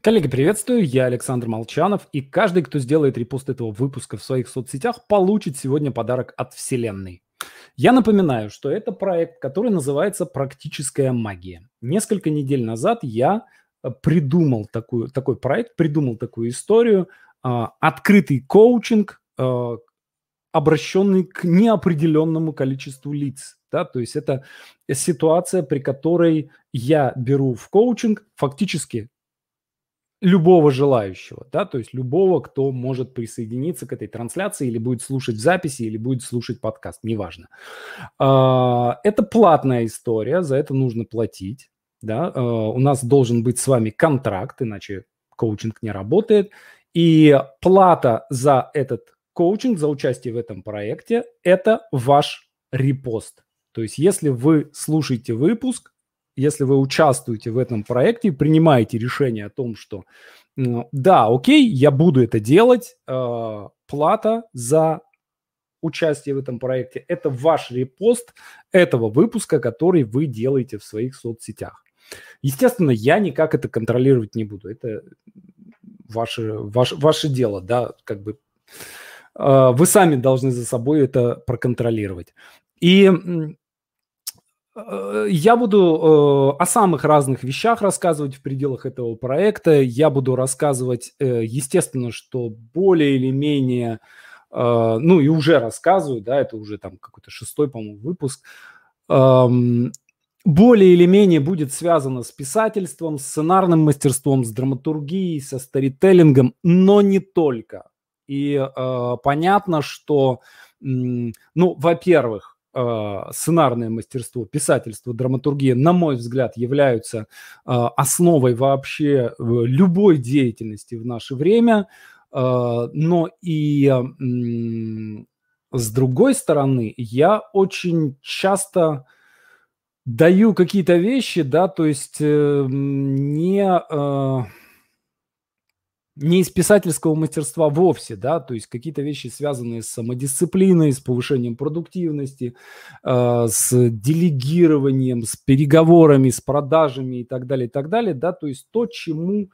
Коллеги, приветствую, я Александр Молчанов, и каждый, кто сделает репост этого выпуска в своих соцсетях, получит сегодня подарок от Вселенной. Я напоминаю, что это проект, который называется «Практическая магия». Несколько недель назад я придумал такой проект, придумал такую историю, открытый коучинг, обращенный к неопределенному количеству лиц. Да? То есть это ситуация, при которой я беру в коучинг фактически любого желающего, да, то есть любого, кто может присоединиться к этой трансляции или будет слушать в записи, или будет слушать подкаст, неважно. Это платная история, за это нужно платить, да, у нас должен быть с вами контракт, иначе коучинг не работает, и плата за этот коучинг, за участие в этом проекте – это ваш репост. То есть если вы слушаете выпуск, если вы участвуете в этом проекте, принимаете решение о том, что да, окей, я буду это делать, плата за участие в этом проекте – это ваш репост этого выпуска, который вы делаете в своих соцсетях. Естественно, я никак это контролировать не буду. Это ваше дело, да, как бы вы сами должны за собой это проконтролировать. И я буду о самых разных вещах рассказывать в пределах этого проекта. Я буду рассказывать, естественно, что более или менее, ну и уже рассказываю, да, это уже там какой-то 6-й, по-моему, выпуск, более или менее будет связано с писательством, с сценарным мастерством, с драматургией, со сторителлингом, но не только. И понятно, что, ну, во-первых, сценарное мастерство, писательство, драматургия, на мой взгляд, являются основой вообще любой деятельности в наше время. Но и с другой стороны, я очень часто даю какие-то вещи, да, то есть не из писательского мастерства вовсе, да, то есть какие-то вещи, связанные с самодисциплиной, с повышением продуктивности, с делегированием, с переговорами, с продажами и так далее, да, то есть то, чему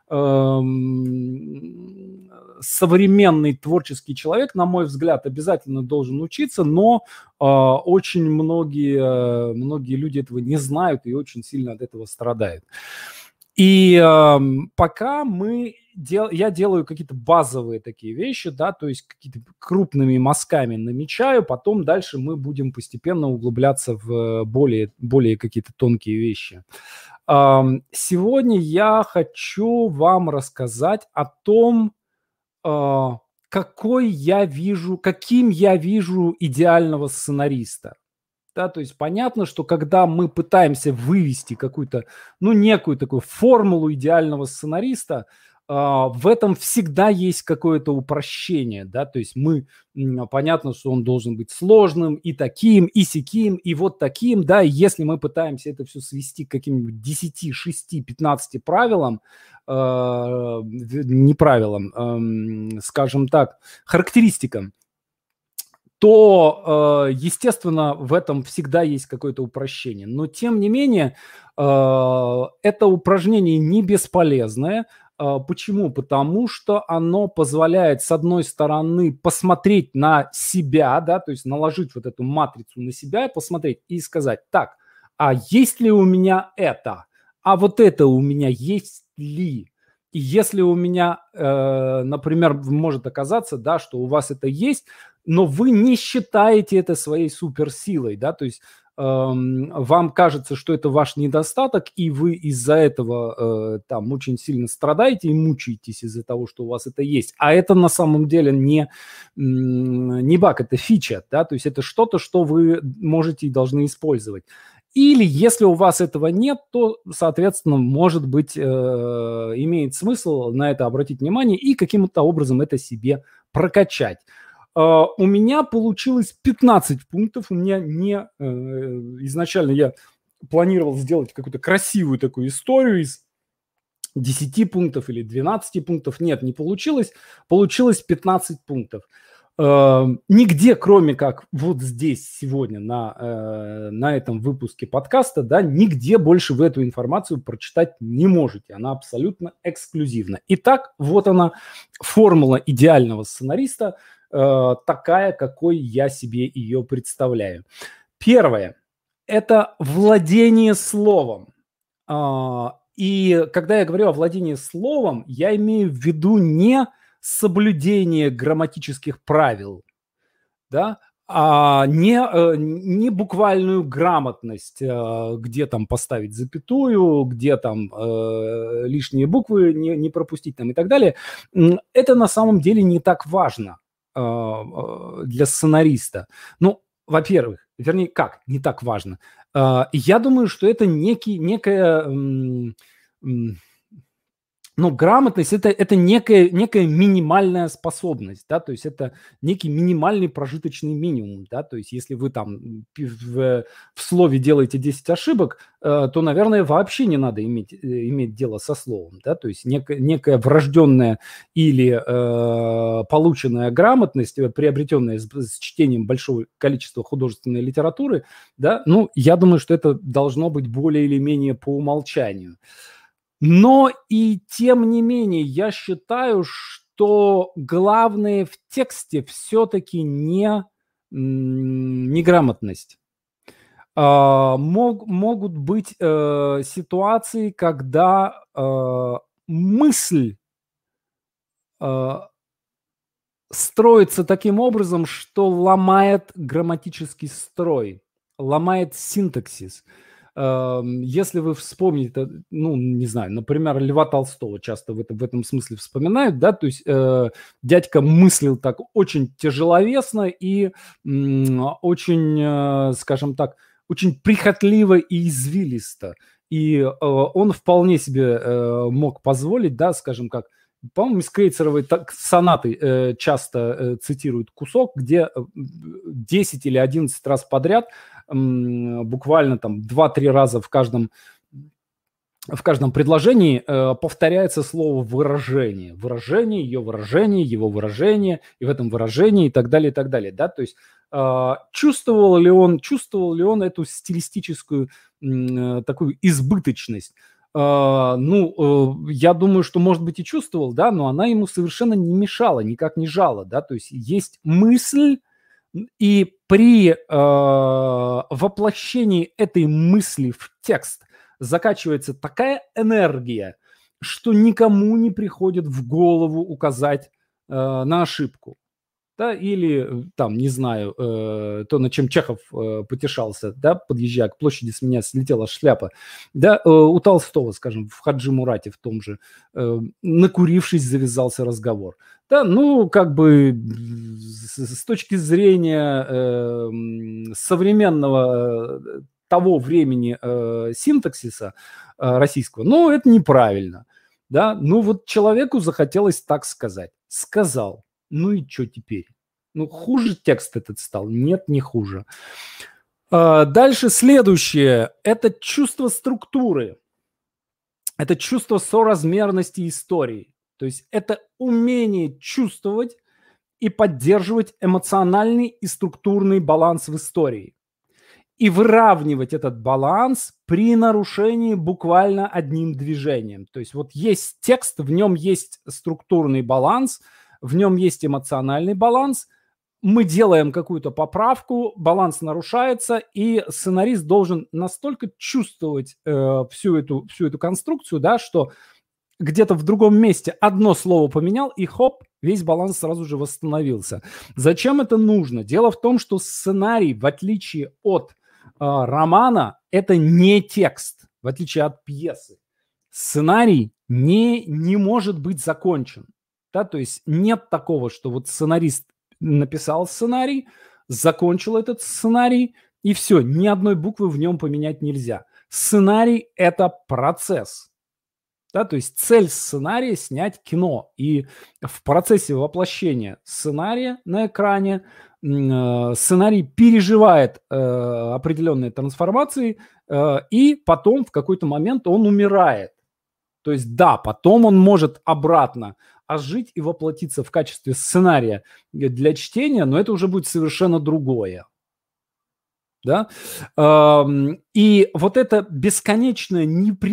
современный творческий человек, на мой взгляд, обязательно должен учиться, но очень многие люди этого не знают и очень сильно от этого страдают. И пока я делаю какие-то базовые такие вещи, да, то есть какие-то крупными мазками намечаю, потом дальше мы будем постепенно углубляться в более какие-то тонкие вещи. Сегодня я хочу вам рассказать о том, каким я вижу идеального сценариста. Да, то есть понятно, что когда мы пытаемся вывести какую-то, ну, некую такую формулу идеального сценариста, в этом всегда есть какое-то упрощение, да, то есть понятно, что он должен быть сложным и таким, и сяким, и вот таким, да, и если мы пытаемся это все свести к каким-нибудь 10, 6, 15 правилам, не правилам, скажем так, характеристикам, то, естественно, в этом всегда есть какое-то упрощение. Но, тем не менее, это упражнение не бесполезное. Почему? Потому что оно позволяет, с одной стороны, посмотреть на себя, да, то есть наложить вот эту матрицу на себя, посмотреть и сказать: так, а есть ли у меня это? А вот это у меня есть ли? И если у меня, например, может оказаться, да, что у вас это есть, но вы не считаете это своей суперсилой, да, то есть вам кажется, что это ваш недостаток, и вы из-за этого там очень сильно страдаете и мучаетесь из-за того, что у вас это есть. А это на самом деле не баг, это фича, да, то есть это что-то, что вы можете и должны использовать. Или если у вас этого нет, то, соответственно, может быть, имеет смысл на это обратить внимание и каким-то образом это себе прокачать. У меня получилось 15 пунктов. У меня изначально я планировал сделать какую-то красивую такую историю из 10 пунктов или 12 пунктов. Нет, не получилось. Получилось 15 пунктов. Нигде, кроме как вот здесь сегодня на этом выпуске подкаста, да, нигде больше вы эту информацию прочитать не можете. Она абсолютно эксклюзивна. Итак, вот она, формула идеального сценариста, такая, какой я себе ее представляю. Первое – это владение словом. И когда я говорю о владении словом, я имею в виду не соблюдение грамматических правил, да, не буквальную грамотность, где там поставить запятую, где там лишние буквы не пропустить там и так далее. Это на самом деле не так важно для сценариста. Ну, во-первых, вернее, как не так важно? Я думаю, что это некая... Ну, грамотность это некая минимальная способность, да, то есть это некий минимальный прожиточный минимум, да, то есть если вы там в слове делаете 10 ошибок, то, наверное, вообще не надо иметь дело со словом, да, то есть некая врожденная или полученная грамотность, приобретенная с чтением большого количества художественной литературы, да, ну, я думаю, что это должно быть более или менее по умолчанию. Но и тем не менее, я считаю, что главное в тексте все-таки не грамотность. Могут быть ситуации, когда мысль строится таким образом, что ломает грамматический строй, ломает синтаксис. Если вы вспомните, ну, не знаю, например, Льва Толстого часто в этом смысле вспоминают, да, то есть дядька мыслил так очень тяжеловесно и очень, скажем так, очень прихотливо и извилисто. И он вполне себе мог позволить, да, скажем как, по-моему, из Крейцеровой сонаты часто цитируют кусок, где 10 или 11 раз подряд буквально там 2-3 раза в каждом предложении повторяется слово выражение. Выражение, ее выражение, его выражение, и в этом выражении и так далее, и так далее. Да? То есть чувствовал ли он эту стилистическую такую избыточность? Я думаю, что, может быть, и чувствовал, да, но она ему совершенно не мешала, никак не жала, да, то есть есть мысль, и при воплощении этой мысли в текст закачивается такая энергия, что никому не приходит в голову указать на ошибку. Да, или там, не знаю, то, над чем Чехов потешался, да, подъезжая к площади, с меня слетела шляпа, да, у Толстого, скажем, в Хаджи Мурате в том же, накурившись, завязался разговор. Да, ну, как бы с точки зрения современного того времени синтаксиса российского, ну, это неправильно, да, ну, вот человеку захотелось так сказать, сказал. Ну и что теперь? Ну, хуже текст этот стал? Нет, не хуже. Дальше следующее. Это чувство структуры. Это чувство соразмерности истории. То есть это умение чувствовать и поддерживать эмоциональный и структурный баланс в истории. И выравнивать этот баланс при нарушении буквально одним движением. То есть вот есть текст, в нем есть структурный баланс, в нем есть эмоциональный баланс, мы делаем какую-то поправку, баланс нарушается, и сценарист должен настолько чувствовать всю эту конструкцию, да, что где-то в другом месте одно слово поменял, и хоп, весь баланс сразу же восстановился. Зачем это нужно? Дело в том, что сценарий, в отличие от романа, это не текст, в отличие от пьесы. Сценарий не может быть закончен. Да, то есть нет такого, что вот сценарист написал сценарий, закончил этот сценарий, и все, ни одной буквы в нем поменять нельзя. Сценарий – это процесс. Да, то есть цель сценария – снять кино. И в процессе воплощения сценария на экране сценарий переживает определенные трансформации, и потом в какой-то момент он умирает. То есть да, потом он может обратно а жить и воплотиться в качестве сценария для чтения, но это уже будет совершенно другое. Да? И вот это бесконечный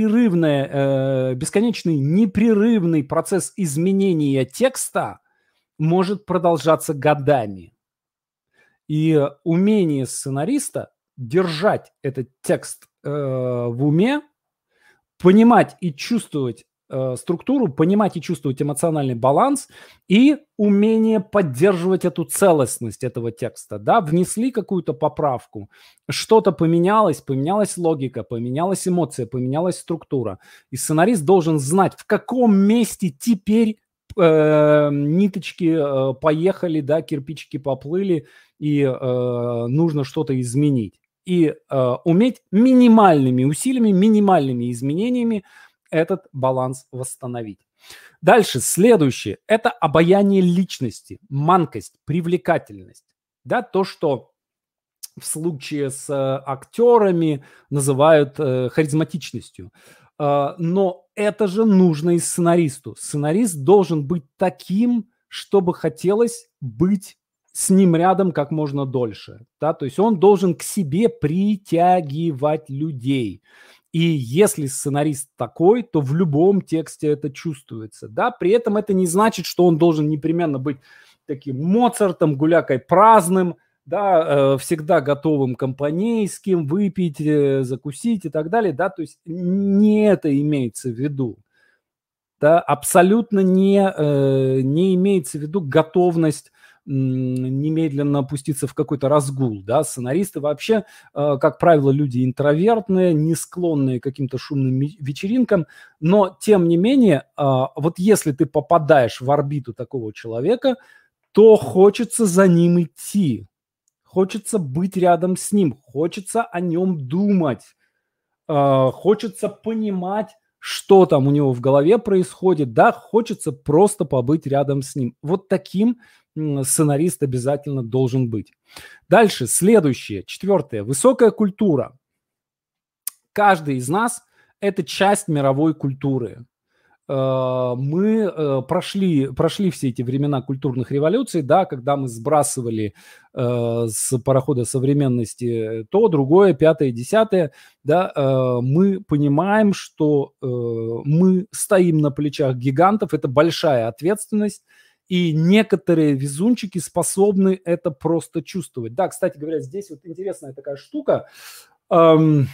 непрерывный процесс изменения текста может продолжаться годами. И умение сценариста держать этот текст в уме, понимать и чувствовать структуру, понимать и чувствовать эмоциональный баланс и умение поддерживать эту целостность этого текста. Да? Внесли какую-то поправку, что-то поменялось, поменялась логика, поменялась эмоция, поменялась структура. И сценарист должен знать, в каком месте теперь ниточки поехали, да, кирпичики поплыли, и нужно что-то изменить. И уметь минимальными усилиями, минимальными изменениями этот баланс восстановить. Дальше, следующее. Это обаяние личности, манкость, привлекательность. Да, то, что в случае с актерами называют харизматичностью. Но это же нужно и сценаристу. Сценарист должен быть таким, чтобы хотелось быть с ним рядом как можно дольше. Да? То есть он должен к себе притягивать людей. И если сценарист такой, то в любом тексте это чувствуется. Да? При этом это не значит, что он должен непременно быть таким Моцартом, гулякой праздным, да, всегда готовым компанейским, выпить, закусить и так далее. Да? То есть не это имеется в виду. Да? Абсолютно не имеется в виду готовность немедленно опуститься в какой-то разгул. Да? Сценаристы вообще, как правило, люди интровертные, не склонные к каким-то шумным вечеринкам, но тем не менее, вот если ты попадаешь в орбиту такого человека, то хочется за ним идти, хочется быть рядом с ним, хочется о нем думать, хочется понимать, что там у него в голове происходит, да, хочется просто побыть рядом с ним. Вот таким сценарист обязательно должен быть. Дальше, следующее, четвертое. Высокая культура. Каждый из нас – это часть мировой культуры. Мы прошли все эти времена культурных революций, да, когда мы сбрасывали с парохода современности то, другое, пятое, десятое, да, мы понимаем, что мы стоим на плечах гигантов, это большая ответственность, и некоторые везунчики способны это просто чувствовать. Да, кстати говоря, здесь вот интересная такая штука. В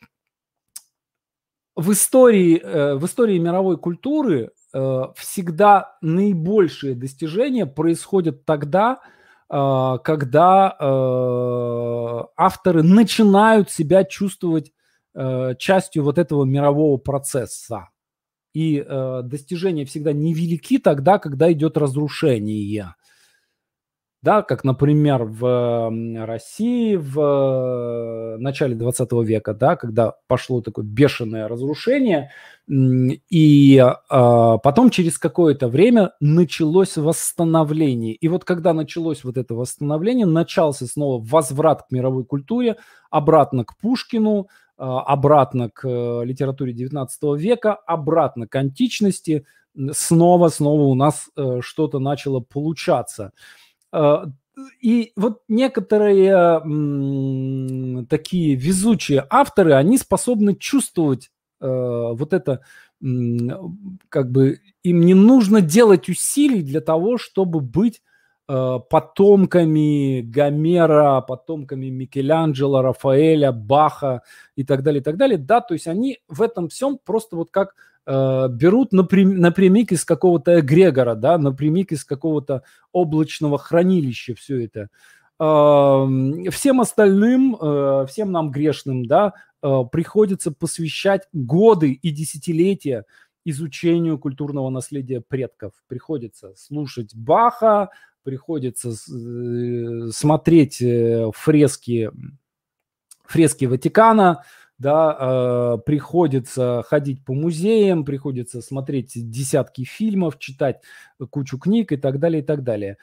истории мировой культуры всегда наибольшие достижения происходят тогда, когда авторы начинают себя чувствовать частью вот этого мирового процесса. И достижения всегда невелики тогда, когда идет разрушение. Да, как, например, в России в начале 20 века, да, когда пошло такое бешеное разрушение, и потом через какое-то время началось восстановление. И вот когда началось вот это восстановление, начался снова возврат к мировой культуре, обратно к Пушкину, обратно к литературе 19 века, обратно к античности, снова у нас что-то начало получаться. И вот некоторые такие везучие авторы, они способны чувствовать вот это, как бы им не нужно делать усилий для того, чтобы быть потомками Гомера, потомками Микеланджело, Рафаэля, Баха и так далее, и так далее. Да, то есть они в этом всем просто вот как берут напрямик из какого-то эгрегора, да, напрямик из какого-то облачного хранилища все это. Всем остальным, всем нам грешным, да, приходится посвящать годы и десятилетия изучению культурного наследия предков. Приходится слушать Баха, приходится смотреть фрески Ватикана, да, приходится ходить по музеям, приходится смотреть десятки фильмов, читать кучу книг и так далее, и так далее.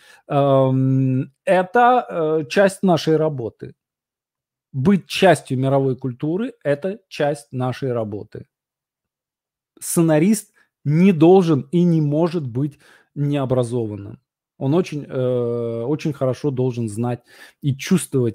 Это часть нашей работы. Быть частью мировой культуры – это часть нашей работы. Сценарист не должен и не может быть необразованным. Он очень хорошо должен знать и чувствовать,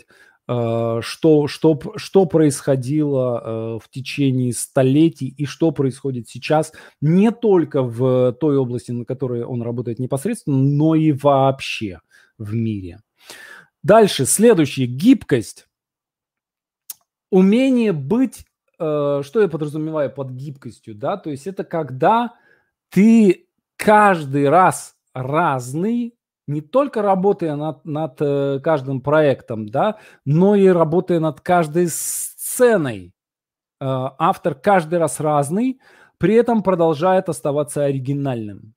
что происходило в течение столетий и что происходит сейчас не только в той области, на которой он работает непосредственно, но и вообще в мире. Дальше, следующее, гибкость. Умение быть, что я подразумеваю под гибкостью, да, то есть это когда ты каждый раз разный, не только работая над каждым проектом, да, но и работая над каждой сценой. Автор каждый раз разный, при этом продолжает оставаться оригинальным.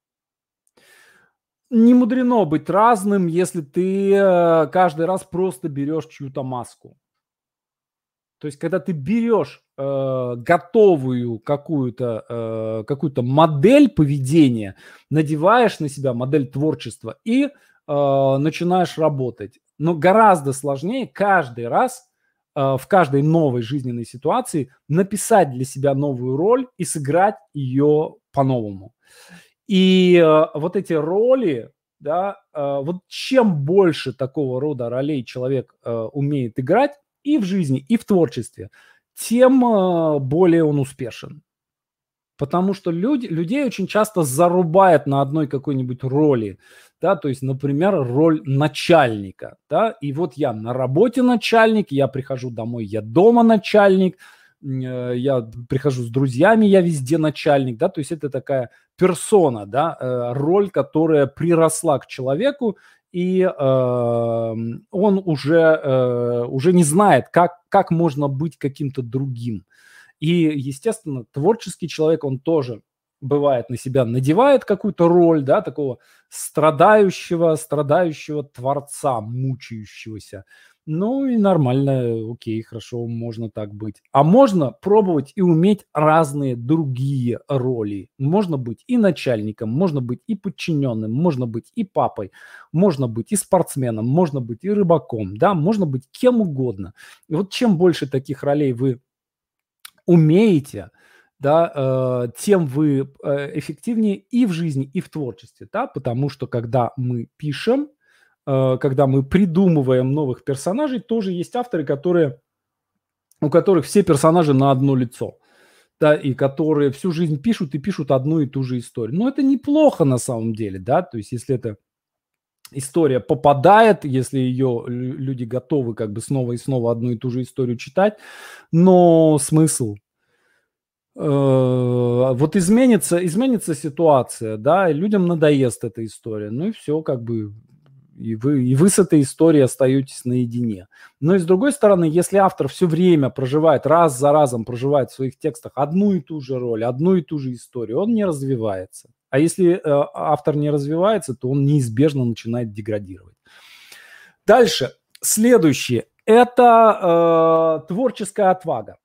Не мудрено быть разным, если ты каждый раз просто берешь чью-то маску. То есть, когда ты берешь готовую какую-то модель поведения, надеваешь на себя модель творчества и начинаешь работать. Но гораздо сложнее каждый раз в каждой новой жизненной ситуации написать для себя новую роль и сыграть ее по-новому. И вот эти роли, да, вот чем больше такого рода ролей человек умеет играть и в жизни, и в творчестве, тем более он успешен. Потому что людей очень часто зарубает на одной какой-нибудь роли, да, то есть, например, роль начальника, да, и вот я на работе начальник, я прихожу домой, я дома начальник, я прихожу с друзьями, я везде начальник, да, то есть это такая персона, да, роль, которая приросла к человеку, и он уже не знает, как можно быть каким-то другим. И, естественно, творческий человек, он тоже бывает на себя надевает какую-то роль, да, такого страдающего творца, мучающегося. Ну и нормально, окей, хорошо, можно так быть. А можно пробовать и уметь разные другие роли. Можно быть и начальником, можно быть и подчиненным, можно быть и папой, можно быть и спортсменом, можно быть и рыбаком, да, можно быть кем угодно. И вот чем больше таких ролей вы умеете, да, тем вы эффективнее и в жизни, и в творчестве, да, потому что когда мы пишем, когда мы придумываем новых персонажей, тоже есть авторы, у которых все персонажи на одно лицо, да, и которые всю жизнь пишут и пишут одну и ту же историю. Но это неплохо на самом деле, да, то есть если эта история попадает, если ее люди готовы как бы снова и снова одну и ту же историю читать, но смысл? Вот изменится ситуация, да, и людям надоест эта история, ну и все, как бы, и вы с этой историей остаетесь наедине. Но и с другой стороны, если автор все время проживает, раз за разом проживает в своих текстах одну и ту же роль, одну и ту же историю, он не развивается. А если автор не развивается, то он неизбежно начинает деградировать. Дальше, следующее, это творческая отвага.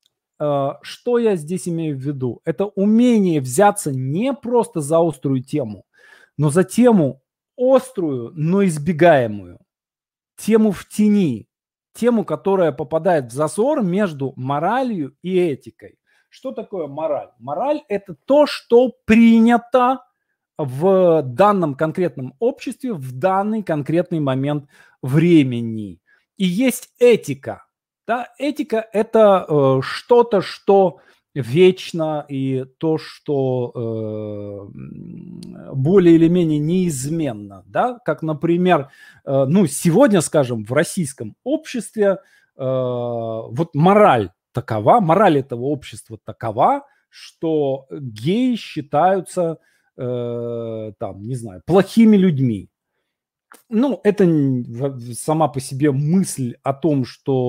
Что я здесь имею в виду? Это умение взяться не просто за острую тему, но за тему острую, но избегаемую. Тему в тени. Тему, которая попадает в зазор между моралью и этикой. Что такое мораль? Мораль – это то, что принято в данном конкретном обществе в данный конкретный момент времени. И есть этика. Да, этика – это что-то, что вечно, и то, что более или менее неизменно. Да? Как, например, ну, сегодня, скажем, в российском обществе вот мораль такова, мораль этого общества такова, что геи считаются, там, не знаю, плохими людьми. Ну, это сама по себе мысль о том,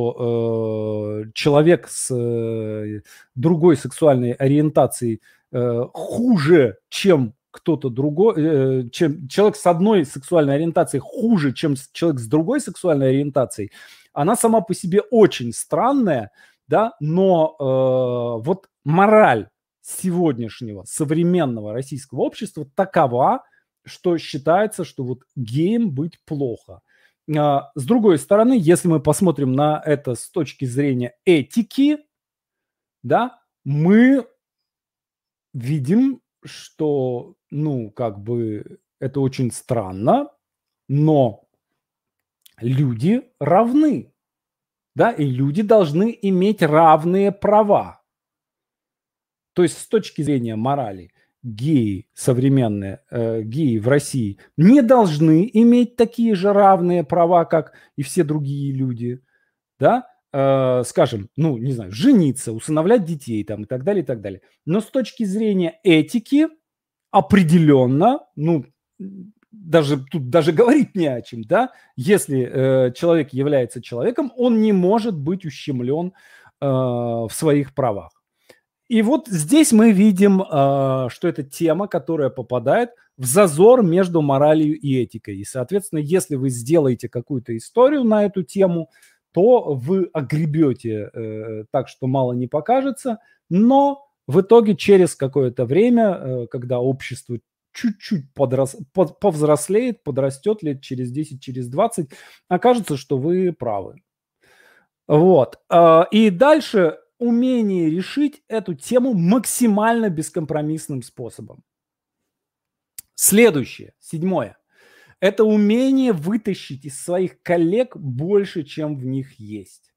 что человек с другой сексуальной ориентацией хуже, чем кто-то другой, чем человек с одной сексуальной ориентацией хуже, чем человек с другой сексуальной ориентацией, она сама по себе очень странная, да, но вот мораль сегодняшнего современного российского общества такова, что считается, что вот геям быть плохо. С другой стороны, если мы посмотрим на это с точки зрения этики, да, мы видим, что ну, как бы это очень странно, но люди равны, да, и люди должны иметь равные права. То есть с точки зрения морали геи современные, геи в России не должны иметь такие же равные права, как и все другие люди, да, скажем, ну, не знаю, жениться, усыновлять детей там и так далее, и так далее. Но с точки зрения этики определенно, ну, даже тут даже говорить не о чем, да, если человек является человеком, он не может быть ущемлен в своих правах. И вот здесь мы видим, что это тема, которая попадает в зазор между моралью и этикой. И, соответственно, если вы сделаете какую-то историю на эту тему, то вы огребете так, что мало не покажется, но в итоге через какое-то время, когда общество чуть-чуть повзрослеет, подрастет лет через 10, через 20, окажется, что вы правы. Вот. И дальше умение решить эту тему максимально бескомпромиссным способом. Следующее, 7. Это умение вытащить из своих коллег больше, чем в них есть.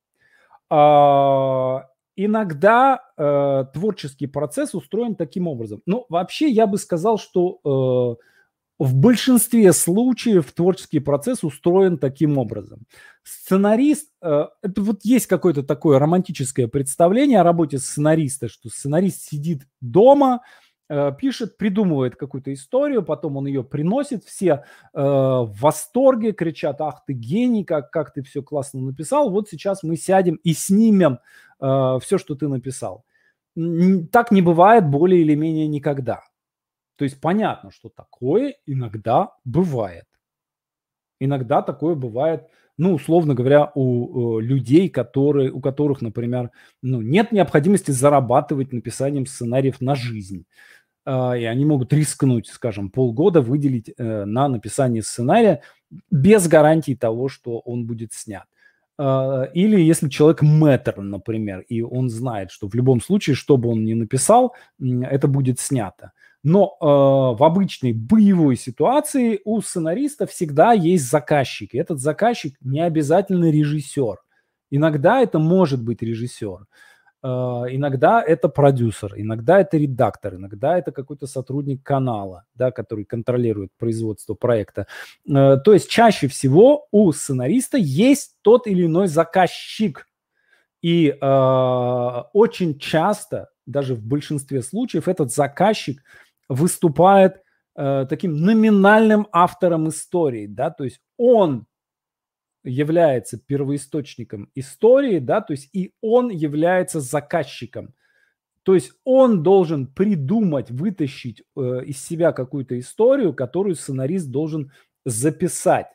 Иногда творческий процесс устроен таким образом. Ну, вообще, я бы сказал, что в большинстве случаев творческий процесс устроен таким образом. Сценарист, это вот есть какое-то такое романтическое представление о работе сценариста, что сценарист сидит дома, пишет, придумывает какую-то историю, потом он ее приносит, все в восторге, кричат: ах ты гений, как ты все классно написал, вот сейчас мы сядем и снимем все, что ты написал. Так не бывает более или менее никогда. То есть понятно, что такое иногда бывает. Иногда такое бывает, ну, условно говоря, у людей, у которых, например, ну, нет необходимости зарабатывать написанием сценариев на жизнь. И они могут рискнуть, скажем, полгода выделить на написание сценария без гарантии того, что он будет снят. Или если человек мэтр, например, и он знает, что в любом случае, что бы он ни написал, это будет снято. Но в обычной боевой ситуации у сценариста всегда есть заказчик. И этот заказчик не обязательно режиссер. Иногда это может быть режиссер. Иногда это продюсер, иногда это редактор, иногда это какой-то сотрудник канала, да, который контролирует производство проекта. То есть чаще всего у сценариста есть тот или иной заказчик. И очень часто, даже в большинстве случаев, этот заказчик выступает таким номинальным автором истории, да, то есть он является первоисточником истории, да, то есть и он является заказчиком. То есть он должен придумать, вытащить из себя какую-то историю, которую сценарист должен записать.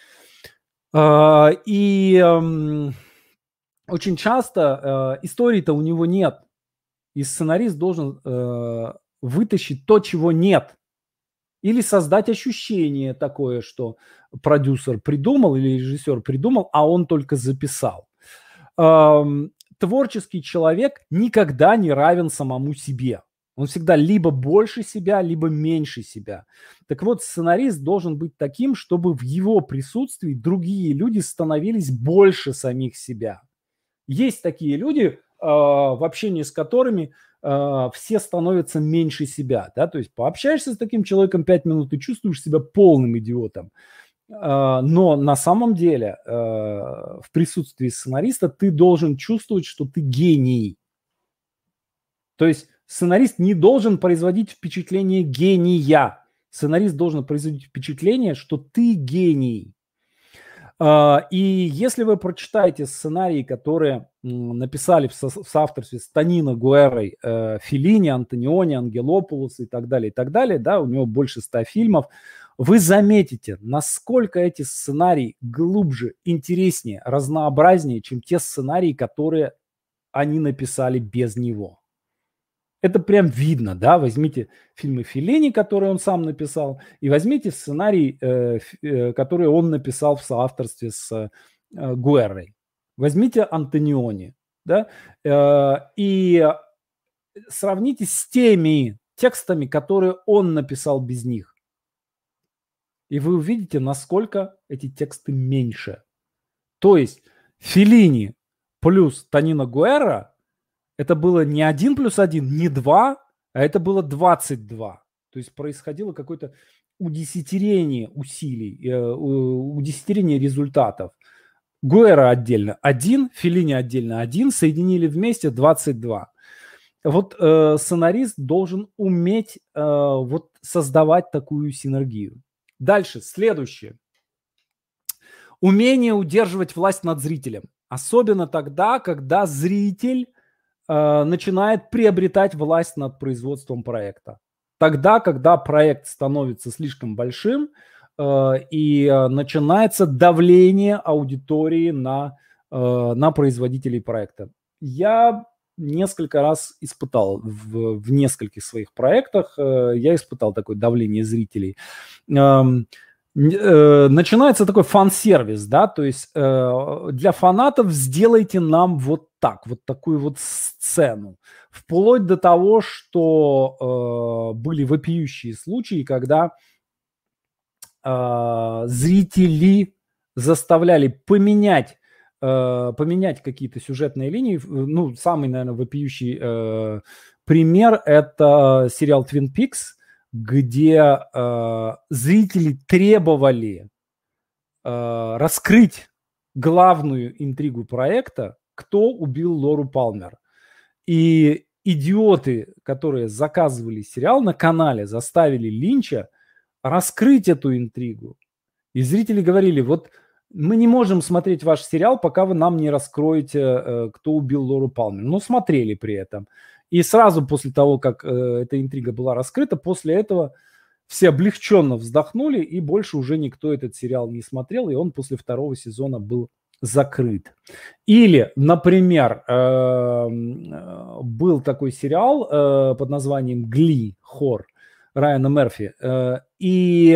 Очень часто истории-то у него нет. И сценарист должен вытащить то, чего нет. Или создать ощущение такое, что продюсер придумал или режиссер придумал, а он только записал. Творческий человек никогда не равен самому себе. Он всегда либо больше себя, либо меньше себя. Так вот, сценарист должен быть таким, чтобы в его присутствии другие люди становились больше самих себя. Есть такие люди, в общении с которыми все становятся меньше себя, да, то есть пообщаешься с таким человеком 5 минут и чувствуешь себя полным идиотом, но на самом деле в присутствии сценариста ты должен чувствовать, что ты гений. То есть сценарист не должен производить впечатление гения, сценарист должен производить впечатление, что ты гений. И если вы прочитаете сценарии, которые написали в соавторстве с Тонино Гуэррой, Феллини, Антониони, Ангелопулос и так далее, да, у него больше 100 фильмов, вы заметите, насколько эти сценарии глубже, интереснее, разнообразнее, чем те сценарии, которые они написали без него. Это прям видно, да, возьмите фильмы Феллини, которые он сам написал, и возьмите сценарий, который он написал в соавторстве с Гуэррой. Возьмите Антониони, да, и сравните с теми текстами, которые он написал без них. И вы увидите, насколько эти тексты меньше. То есть Феллини плюс Тонино Гуэрра это было не 1+1, не 2, а это было 22. То есть происходило какое-то удесятерение усилий, удесятерение результатов. Гуэрра отдельно 1, Феллини отдельно 1, соединили вместе 22. Вот сценарист должен уметь вот создавать такую синергию. Дальше, следующее. Умение удерживать власть над зрителем. Особенно тогда, когда зритель начинает приобретать власть над производством проекта. Тогда, когда проект становится слишком большим и начинается давление аудитории на производителей проекта. Я несколько раз испытал в нескольких своих проектах, я испытал такое давление зрителей. Начинается такой фан-сервис, да, то есть для фанатов сделайте нам вот так, вот такую вот сцену. Вплоть до того, что были вопиющие случаи, когда зрители заставляли поменять какие-то сюжетные линии. Ну, самый, наверное, вопиющий пример – это сериал Twin Peaks, где зрители требовали раскрыть главную интригу проекта, кто убил Лору Палмер. И идиоты, которые заказывали сериал на канале, заставили Линча раскрыть эту интригу. И зрители говорили, вот мы не можем смотреть ваш сериал, пока вы нам не раскроете, кто убил Лору Палмер. Но смотрели при этом. И сразу после того, как эта интрига была раскрыта, после этого все облегченно вздохнули, и больше уже никто этот сериал не смотрел, и он после 2-го сезона был закрыт. Или, например, был такой сериал под названием «Гли», хор Райана Мерфи, и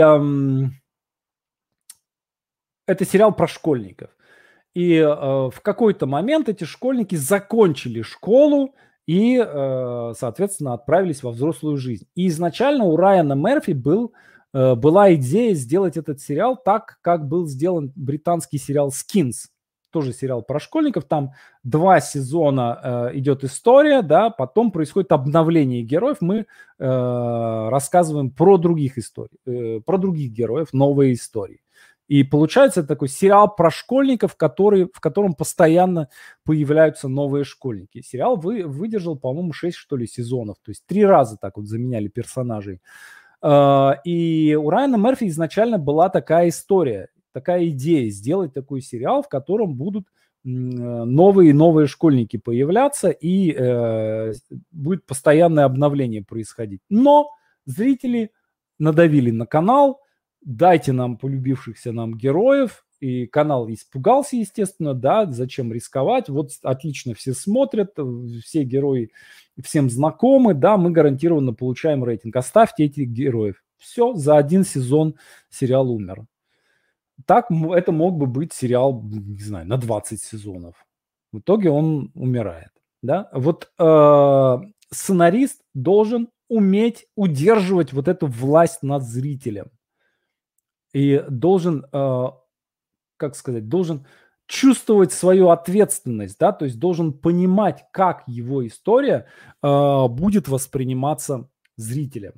это сериал про школьников. И в какой-то момент эти школьники закончили школу и, соответственно, отправились во взрослую жизнь. И изначально у Райана Мерфи была идея сделать этот сериал так, как был сделан британский сериал «Skins». Тоже сериал про школьников. Там 2 сезона идет история, да, потом происходит обновление героев. Мы рассказываем про других про других героев, новые истории. И получается такой сериал про школьников, в котором постоянно появляются новые школьники. Сериал выдержал, по-моему, 6, что ли, сезонов. То есть 3 раза так вот заменяли персонажей. И у Райана Мерфи изначально была такая история, такая идея сделать такой сериал, в котором будут новые и новые школьники появляться, и будет постоянное обновление происходить. Но зрители надавили на канал, дайте нам полюбившихся нам героев, и канал испугался, естественно, да, зачем рисковать, вот отлично все смотрят, все герои всем знакомы, да, мы гарантированно получаем рейтинг, оставьте этих героев. Все, за 1 сезон сериал умер. Так это мог бы быть сериал, не знаю, на 20 сезонов. В итоге он умирает, да. Вот сценарист должен уметь удерживать вот эту власть над зрителем. И должен, как сказать, должен чувствовать свою ответственность, да, то есть должен понимать, как его история будет восприниматься зрителем.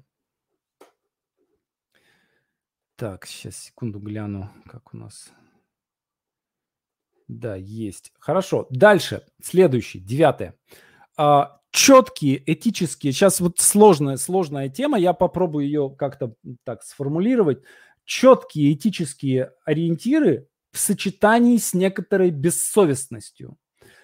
Так, сейчас, секунду гляну, как у нас. Да, есть. Хорошо. Дальше. Следующий, 9. Четкие этические, сейчас вот сложная тема, я попробую ее как-то так сформулировать. Четкие этические ориентиры в сочетании с некоторой бессовестностью.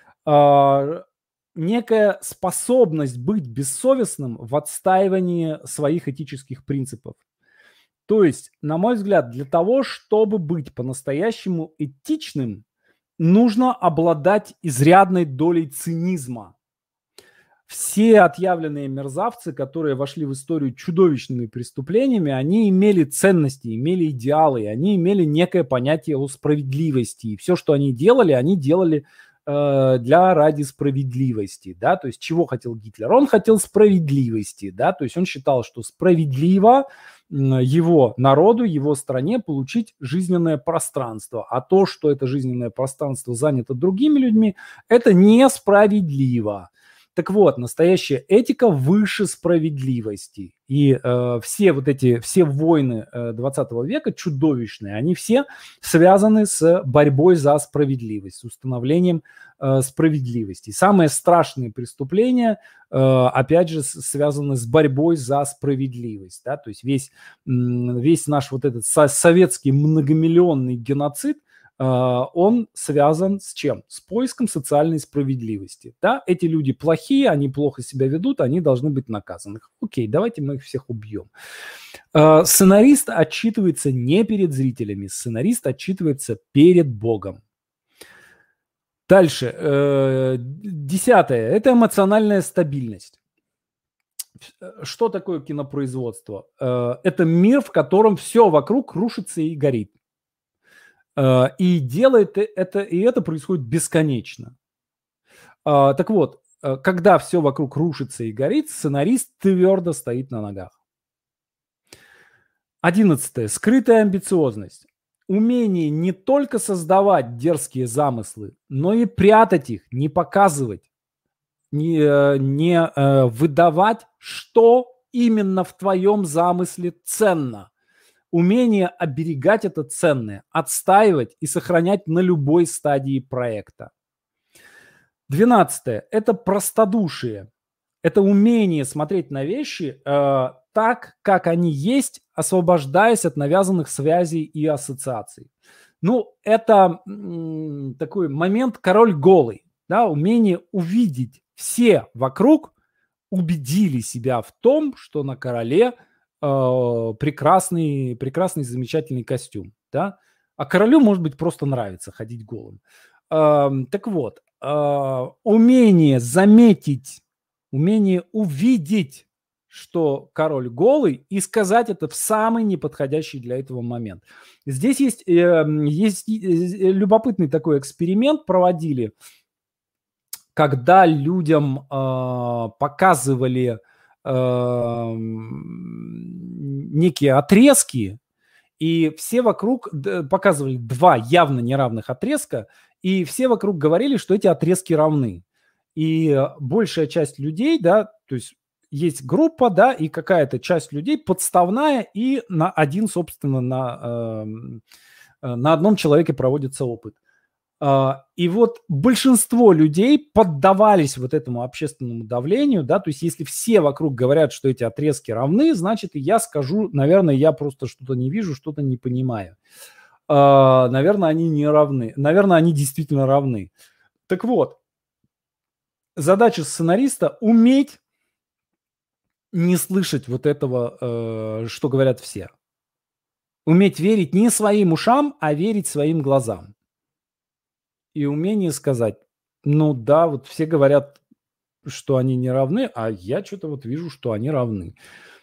Некая способность быть бессовестным в отстаивании своих этических принципов. То есть, на мой взгляд, для того, чтобы быть по-настоящему этичным, нужно обладать изрядной долей цинизма. Все отъявленные мерзавцы, которые вошли в историю чудовищными преступлениями, они имели ценности, имели идеалы, они имели некое понятие о справедливости. И все, что они делали ради справедливости, да, то есть чего хотел Гитлер? Он хотел справедливости, да, то есть он считал, что справедливо его народу, его стране получить жизненное пространство, а то, что это жизненное пространство занято другими людьми, это несправедливо. Так вот, настоящая этика выше справедливости. И все войны 20 века чудовищные, они все связаны с борьбой за справедливость, с установлением справедливости. Самые страшные преступления, опять же, связаны с борьбой за справедливость. Да? То есть весь наш вот этот советский многомиллионный геноцид, он связан с чем? С поиском социальной справедливости. Да? Эти люди плохие, они плохо себя ведут, они должны быть наказаны. Окей, давайте мы их всех убьем. Сценарист отчитывается не перед зрителями, сценарист отчитывается перед Богом. Дальше. 10-е. Это эмоциональная стабильность. Что такое кинопроизводство? Это мир, в котором все вокруг рушится и горит. И делает это, и это происходит бесконечно. Так вот, когда все вокруг рушится и горит, сценарист твердо стоит на ногах. 11-е. Скрытая амбициозность. Умение не только создавать дерзкие замыслы, но и прятать их, не показывать, не выдавать, что именно в твоем замысле ценно. Умение оберегать это ценное, отстаивать и сохранять на любой стадии проекта. 12-е. Это простодушие. Это умение смотреть на вещи так, как они есть, освобождаясь от навязанных связей и ассоциаций. Ну, это такой момент король голый. Да, умение увидеть все вокруг убедили себя в том, что на короле прекрасный, замечательный костюм, да? А королю, может быть, просто нравится ходить голым. Так вот, умение заметить, умение увидеть, что король голый, и сказать это в самый неподходящий для этого момент. Здесь есть любопытный такой эксперимент проводили, когда людям показывали некие отрезки, и все вокруг показывали два явно неравных отрезка, и все вокруг говорили, что эти отрезки равны. И большая часть людей, да, то есть есть группа, да, и какая-то часть людей подставная, и собственно, на одном человеке проводится опыт. И вот большинство людей поддавались вот этому общественному давлению, да, то есть если все вокруг говорят, что эти отрезки равны, значит, и я скажу, наверное, я просто что-то не вижу, что-то не понимаю. Наверное, они не равны. Наверное, они действительно равны. Так вот, задача сценариста – уметь не слышать вот этого, что говорят все. Уметь верить не своим ушам, а верить своим глазам. И умение сказать, ну да, вот все говорят, что они не равны, а я что-то вот вижу, что они равны.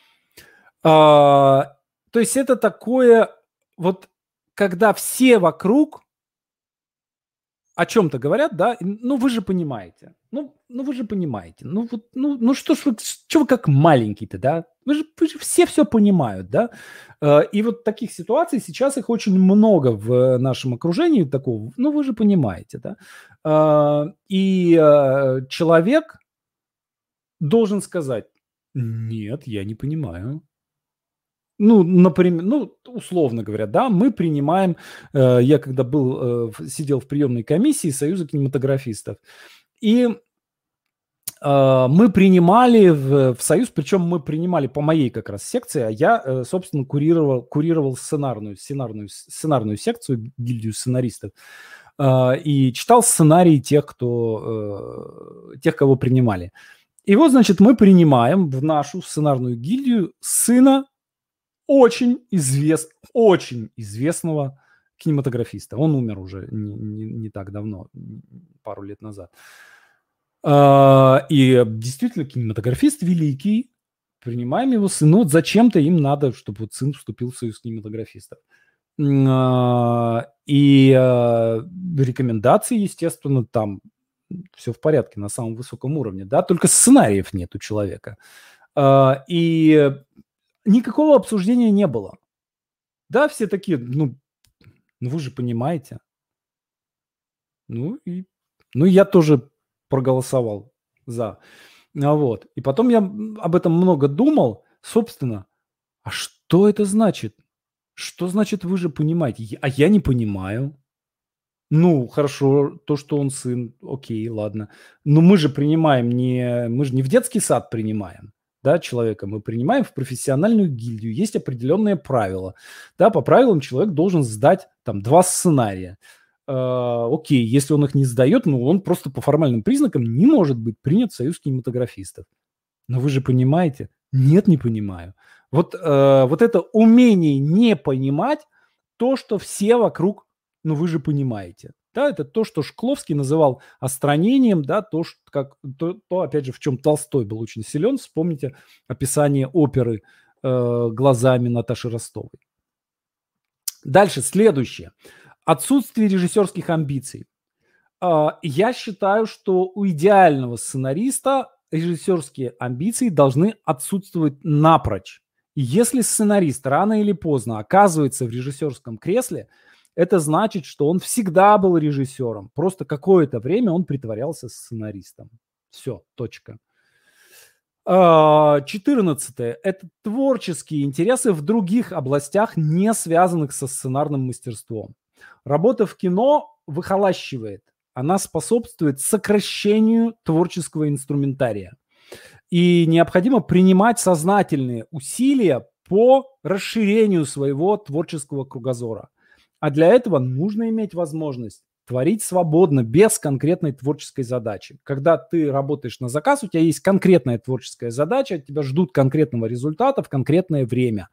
То есть это такое, вот когда все вокруг о чем-то говорят, да, ну вы же понимаете, ну вы же понимаете, что вы как маленький-то, да, вы же все понимают, да, и вот таких ситуаций сейчас их очень много в нашем окружении такого, ну вы же понимаете, да, и человек должен сказать, нет, я не понимаю. Ну, например, условно говоря, да, мы принимаем, я когда сидел в приемной комиссии Союза кинематографистов, и мы принимали в Союз, причем мы принимали по моей как раз секции, а я, собственно, курировал сценарную секцию, гильдию сценаристов, и читал сценарии тех, кого принимали. И вот, значит, мы принимаем в нашу сценарную гильдию сына очень известного кинематографиста. Он умер уже не так давно, пару лет назад. И действительно кинематографист великий. Принимаем его сына. Вот зачем-то им надо, чтобы вот сын вступил в Союз кинематографистов. И рекомендации, естественно, там все в порядке на самом высоком уровне, да, только сценариев нет у человека. И никакого обсуждения не было. Да, все такие, ну вы же понимаете. Ну я тоже проголосовал за. Вот. И потом я об этом много думал. Собственно, а что это значит? Что значит вы же понимаете? А я не понимаю. Ну, хорошо, то, что он сын, окей, ладно. Но мы же не в детский сад принимаем, да, человека, мы принимаем в профессиональную гильдию. Есть определенные правила. Да, по правилам человек должен сдать там 2 сценария. Окей, если он их не сдает, ну, он просто по формальным признакам не может быть принят в союз кинематографистов. Но вы же понимаете? Нет, не понимаю. Вот это умение не понимать то, что все вокруг, ну вы же понимаете. Да, это то, что Шкловский называл остранением, да, опять же, в чем Толстой был очень силен. Вспомните описание оперы глазами Наташи Ростовой. Дальше, следующее. Отсутствие режиссерских амбиций. Я считаю, что у идеального сценариста режиссерские амбиции должны отсутствовать напрочь. И если сценарист рано или поздно оказывается в режиссерском кресле, это значит, что он всегда был режиссером. Просто какое-то время он притворялся сценаристом. Все, точка. 14. Это творческие интересы в других областях, не связанных со сценарным мастерством. Работа в кино выхолащивает. Она способствует сокращению творческого инструментария. И необходимо принимать сознательные усилия по расширению своего творческого кругозора. А для этого нужно иметь возможность творить свободно, без конкретной творческой задачи. Когда ты работаешь на заказ, у тебя есть конкретная творческая задача, от тебя ждут конкретного результата в конкретное время.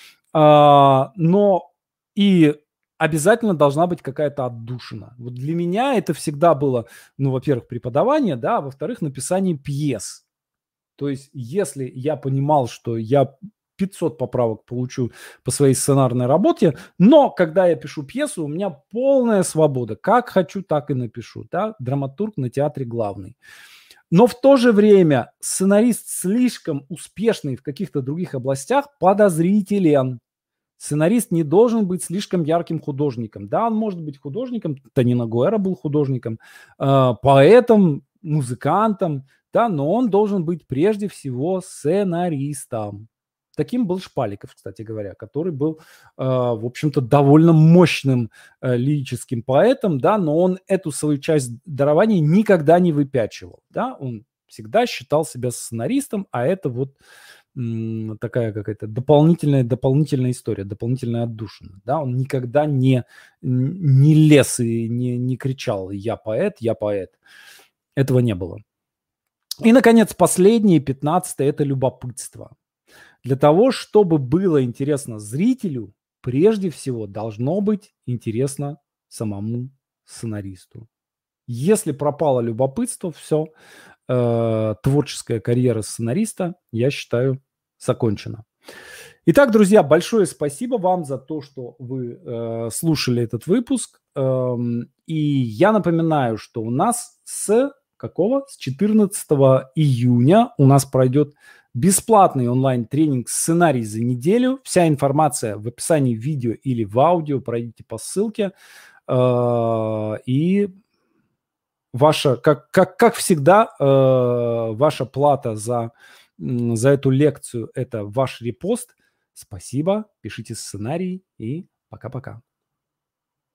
Но и обязательно должна быть какая-то отдушина. Вот для меня это всегда было, ну, во-первых, преподавание, да, а во-вторых, написание пьес. То есть, если я понимал, что я 500 поправок получу по своей сценарной работе, но когда я пишу пьесу, у меня полная свобода. Как хочу, так и напишу. Да? Драматург на театре главный. Но в то же время сценарист, слишком успешный в каких-то других областях, подозрителен. Сценарист не должен быть слишком ярким художником. Да, он может быть художником, Тонино Гуэра был художником, поэтом, музыкантом, да, но он должен быть прежде всего сценаристом. Таким был Шпаликов, кстати говоря, который был, в общем-то, довольно мощным лирическим поэтом, да, но он эту свою часть дарования никогда не выпячивал, да, он всегда считал себя сценаристом, а это вот такая какая-то дополнительная история, дополнительная отдушина, да, он никогда не лез и не кричал «я поэт», этого не было. И, наконец, последнее, 15-е, это любопытство. Для того, чтобы было интересно зрителю, прежде всего должно быть интересно самому сценаристу. Если пропало любопытство, все, творческая карьера сценариста, я считаю, закончена. Итак, друзья, большое спасибо вам за то, что вы слушали этот выпуск. И я напоминаю, что у нас с 14 июня у нас пройдет бесплатный онлайн-тренинг «Сценарий за неделю». Вся информация в описании видео или в аудио. Пройдите по ссылке. И ваша, как всегда, ваша плата за эту лекцию – это ваш репост. Спасибо, пишите сценарий и пока-пока.